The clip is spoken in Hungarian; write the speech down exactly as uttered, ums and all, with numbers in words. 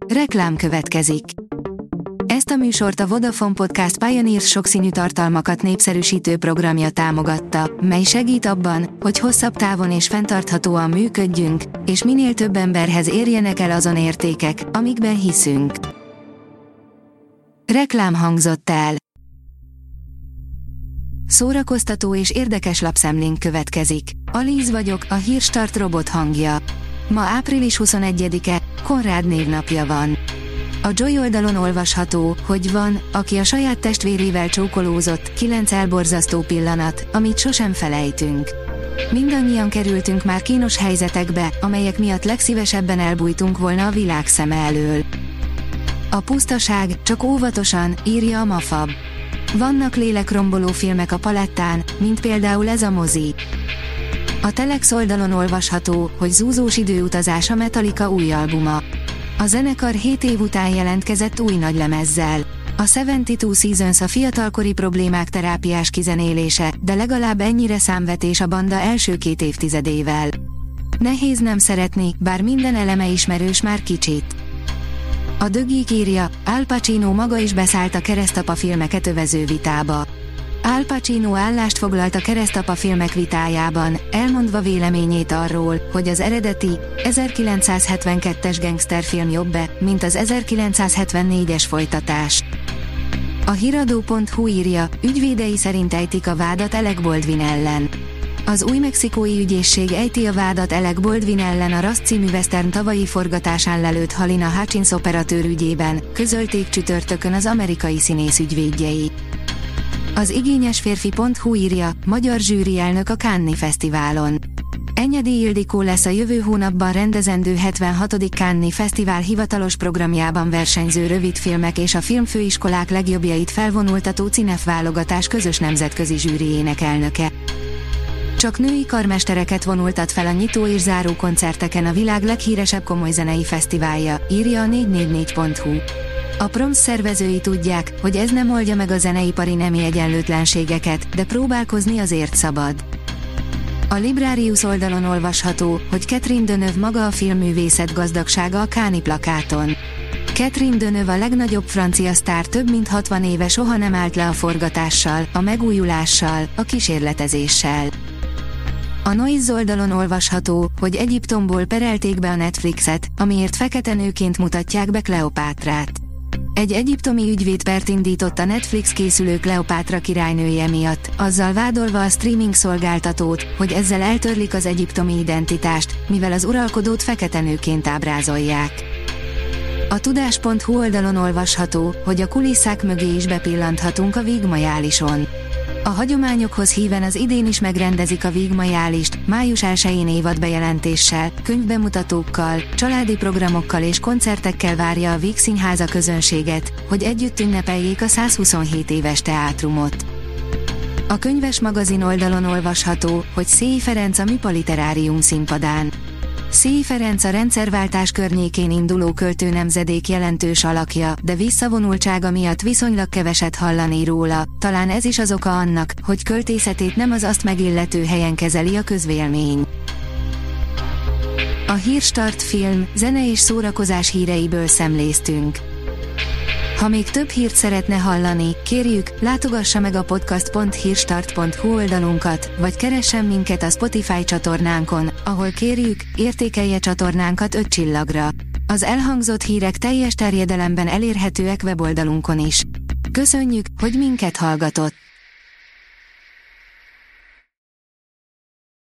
Reklám következik. Ezt a műsort a Vodafone Podcast Pioneers sokszínű tartalmakat népszerűsítő programja támogatta, mely segít abban, hogy hosszabb távon és fenntarthatóan működjünk, és minél több emberhez érjenek el azon értékek, amikben hiszünk. Reklám hangzott el. Szórakoztató és érdekes lapszemlénk következik. Alíz vagyok, a Hírstart robot hangja. Ma április huszonegyedike, Konrád névnapja van. A Joy oldalon olvasható, hogy van, aki a saját testvérével csókolózott, kilenc elborzasztó pillanat, amit sosem felejtünk. Mindannyian kerültünk már kínos helyzetekbe, amelyek miatt legszívesebben elbújtunk volna a világ szeme elől. A pusztaság, csak óvatosan, írja a Mafab. Vannak lélekromboló filmek a palettán, mint például ez a mozi. A Telex oldalon olvasható, hogy zúzós időutazás a Metallica új albuma. A zenekar hét év után jelentkezett új nagylemezzel. A hetvenkettő Seasons a fiatalkori problémák terápiás kizenélése, de legalább ennyire számvetés a banda első két évtizedével. Nehéz nem szeretni, bár minden eleme ismerős már kicsit. A The Geek írja, Al Pacino maga is beszállt a Keresztapa filmeket övező vitába. Al Pacino állást foglalt a Keresztapa filmek vitájában, elmondva véleményét arról, hogy az eredeti, ezerkilencszázhetvenkettes gangsterfilm jobb-e, mint az ezerkilencszázhetvennégyes folytatás. A hiradó pont hu írja, ügyvédei szerint ejtik a vádat Alec Baldwin ellen. Az új mexikói ügyészség ejti a vádat Alec Baldwin ellen a Rust című western tavalyi forgatásán lelőtt Halina Hutchins operatőr ügyében, közölték csütörtökön az amerikai színész ügyvédjei. Az igényes férfi pont hu írja, magyar zsűri elnök a Cannes Fesztiválon. Enyedi Ildikó lesz a jövő hónapban rendezendő hetvenhatodik Cannes Fesztivál hivatalos programjában versenyző rövidfilmek és a filmfőiskolák legjobbjait felvonultató Cinef válogatás közös nemzetközi zsűriének elnöke. Csak női karmestereket vonultat fel a nyitó és záró koncerteken a világ leghíresebb komolyzenei fesztiválja, írja a négy négy négy pont hu. A Proms szervezői tudják, hogy ez nem oldja meg a zeneipari nemi egyenlőtlenségeket, de próbálkozni azért szabad. A Librarius oldalon olvasható, hogy Catherine Deneuve maga a filmművészet gazdagsága a Cannes-i plakáton. Catherine Deneuve a legnagyobb francia sztár több mint hatvan éve soha nem állt le a forgatással, a megújulással, a kísérletezéssel. A Noise oldalon olvasható, hogy Egyiptomból perelték be a Netflixet, amiért fekete nőként mutatják be Kleopátrát. Egy egyiptomi ügyvéd pert indított a Netflix készülő Kleopátra királynője miatt, azzal vádolva a streaming szolgáltatót, hogy ezzel eltörlik az egyiptomi identitást, mivel az uralkodót fekete nőként ábrázolják. A tudás pont hu oldalon olvasható, hogy a kulisszák mögé is bepillanthatunk a Vigmajálison. A hagyományokhoz híven az idén is megrendezik a Vigmajálist, május elsején évadbejelentéssel, könyvbemutatókkal, családi programokkal és koncertekkel várja a Víg Színháza közönséget, hogy együtt ünnepeljék a százhuszonhét éves teátrumot. A könyves magazin oldalon olvasható, hogy Széi Ferenc a Műpa Literárium színpadán. Széi Ferenc a rendszerváltás környékén induló költő nemzedék jelentős alakja, de visszavonultsága miatt viszonylag keveset hallani róla, talán ez is az oka annak, hogy költészetét nem az azt megillető helyen kezeli a közvélemény. A Hírstart film, zene és szórakozás híreiből szemléztünk. Ha még több hírt szeretne hallani, kérjük, látogassa meg a podcast pont hírstart pont hu oldalunkat, vagy keressen minket a Spotify csatornánkon, ahol kérjük, értékelje csatornánkat öt csillagra. Az elhangzott hírek teljes terjedelemben elérhetőek weboldalunkon is. Köszönjük, hogy minket hallgatott!